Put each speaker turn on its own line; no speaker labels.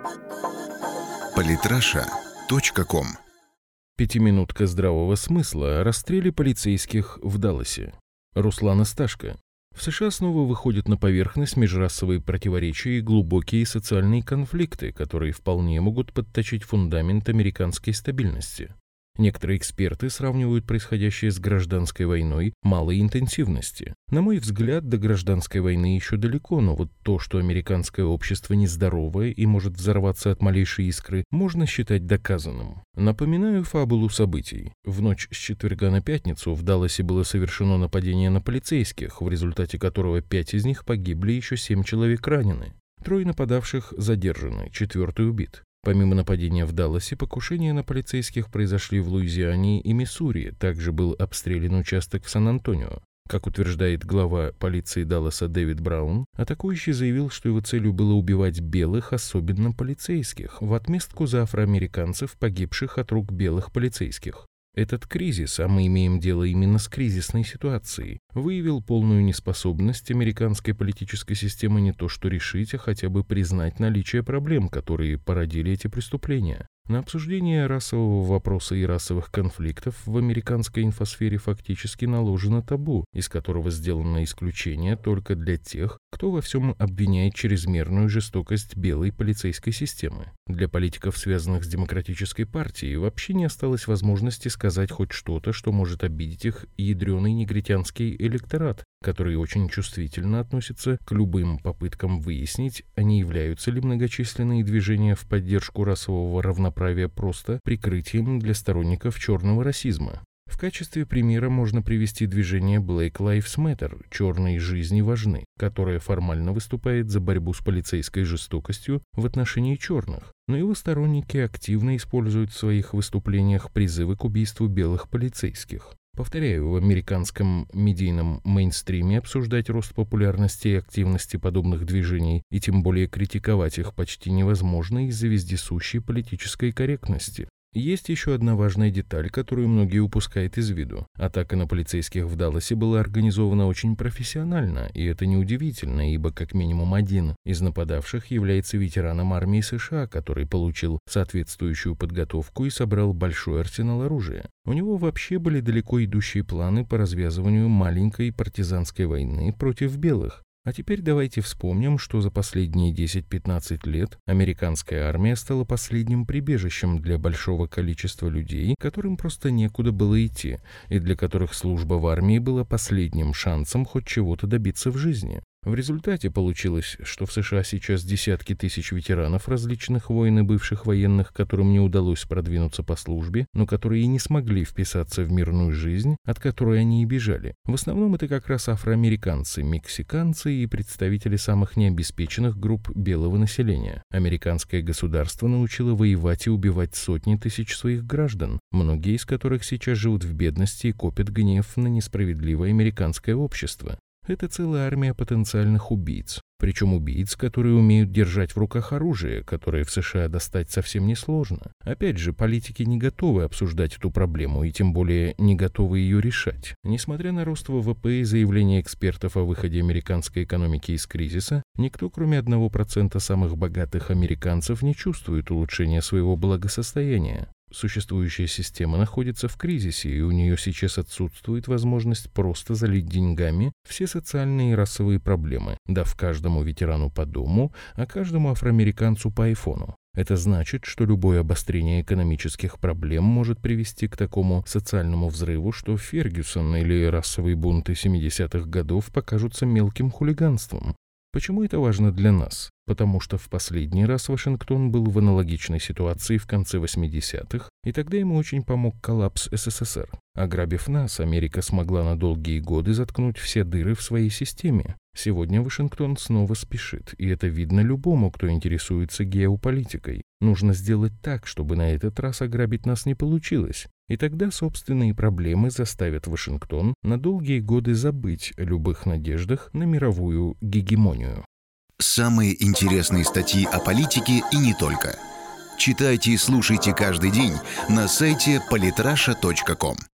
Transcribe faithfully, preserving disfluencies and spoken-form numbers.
политраша точка ком.
Пятиминутка здравого смысла о расстреле полицейских в Далласе. Руслан Асташко. В США снова выходят на поверхность межрасовые противоречия и глубокие социальные конфликты, которые вполне могут подточить фундамент американской стабильности. Некоторые эксперты сравнивают происходящее с гражданской войной малой интенсивности. На мой взгляд, до гражданской войны еще далеко, но вот то, что американское общество нездоровое и может взорваться от малейшей искры, можно считать доказанным. Напоминаю фабулу событий. В ночь с четверга на пятницу в Далласе было совершено нападение на полицейских, в результате которого пять из них погибли, еще семь человек ранены. Трое нападавших задержаны, четвертый убит. Помимо нападения в Далласе, покушения на полицейских произошли в Луизиане и Миссури. Также был обстрелян участок в Сан-Антонио. Как утверждает глава полиции Далласа Дэвид Браун, атакующий заявил, что его целью было убивать белых, особенно полицейских, в отместку за афроамериканцев, погибших от рук белых полицейских. Этот кризис, а мы имеем дело именно с кризисной ситуацией, выявил полную неспособность американской политической системы не то что решить, а хотя бы признать наличие проблем, которые породили эти преступления. На обсуждение расового вопроса и расовых конфликтов в американской инфосфере фактически наложено табу, из которого сделано исключение только для тех, кто во всем обвиняет чрезмерную жестокость белой полицейской системы. Для политиков, связанных с Демократической партией, вообще не осталось возможности сказать хоть что-то, что может обидеть их ядреный негритянский электорат, который очень чувствительно относится к любым попыткам выяснить, а не являются ли многочисленные движения в поддержку расового равноправия просто прикрытием для сторонников черного расизма. В качестве примера можно привести движение Black Lives Matter «Черные жизни важны», которое формально выступает за борьбу с полицейской жестокостью в отношении черных, но его сторонники активно используют в своих выступлениях призывы к убийству белых полицейских. Повторяю, в американском медийном мейнстриме обсуждать рост популярности и активности подобных движений и тем более критиковать их почти невозможно из-за вездесущей политической корректности. Есть еще одна важная деталь, которую многие упускают из виду. Атака на полицейских в Далласе была организована очень профессионально, и это неудивительно, ибо как минимум один из нападавших является ветераном армии США, который получил соответствующую подготовку и собрал большой арсенал оружия. У него вообще были далеко идущие планы по развязыванию маленькой партизанской войны против белых. А теперь давайте вспомним, что за последние десять-пятнадцать лет американская армия стала последним прибежищем для большого количества людей, которым просто некуда было идти, и для которых служба в армии была последним шансом хоть чего-то добиться в жизни. В результате получилось, что в США сейчас десятки тысяч ветеранов различных войн и бывших военных, которым не удалось продвинуться по службе, но которые и не смогли вписаться в мирную жизнь, от которой они и бежали. В основном это как раз афроамериканцы, мексиканцы и представители самых необеспеченных групп белого населения. Американское государство научило воевать и убивать сотни тысяч своих граждан, многие из которых сейчас живут в бедности и копят гнев на несправедливое американское общество. Это целая армия потенциальных убийц. Причем убийц, которые умеют держать в руках оружие, которое в США достать совсем несложно. Опять же, политики не готовы обсуждать эту проблему и тем более не готовы ее решать. Несмотря на рост ВВП и заявления экспертов о выходе американской экономики из кризиса, никто, кроме одного процента самых богатых американцев, не чувствует улучшения своего благосостояния. Существующая система находится в кризисе, и у нее сейчас отсутствует возможность просто залить деньгами все социальные и расовые проблемы, дав каждому ветерану по дому, а каждому афроамериканцу по айфону. Это значит, что любое обострение экономических проблем может привести к такому социальному взрыву, что Фергюсон или расовые бунты семидесятых годов покажутся мелким хулиганством. Почему это важно для нас? Потому что в последний раз Вашингтон был в аналогичной ситуации в конце восьмидесятых, и тогда ему очень помог коллапс СССР. Ограбив нас, Америка смогла на долгие годы заткнуть все дыры в своей системе. Сегодня Вашингтон снова спешит, и это видно любому, кто интересуется геополитикой. Нужно сделать так, чтобы на этот раз ограбить нас не получилось. И тогда собственные проблемы заставят Вашингтон на долгие годы забыть о любых надеждах на мировую гегемонию.
Самые интересные статьи о политике и не только. Читайте и слушайте каждый день на сайте политраша точка ком.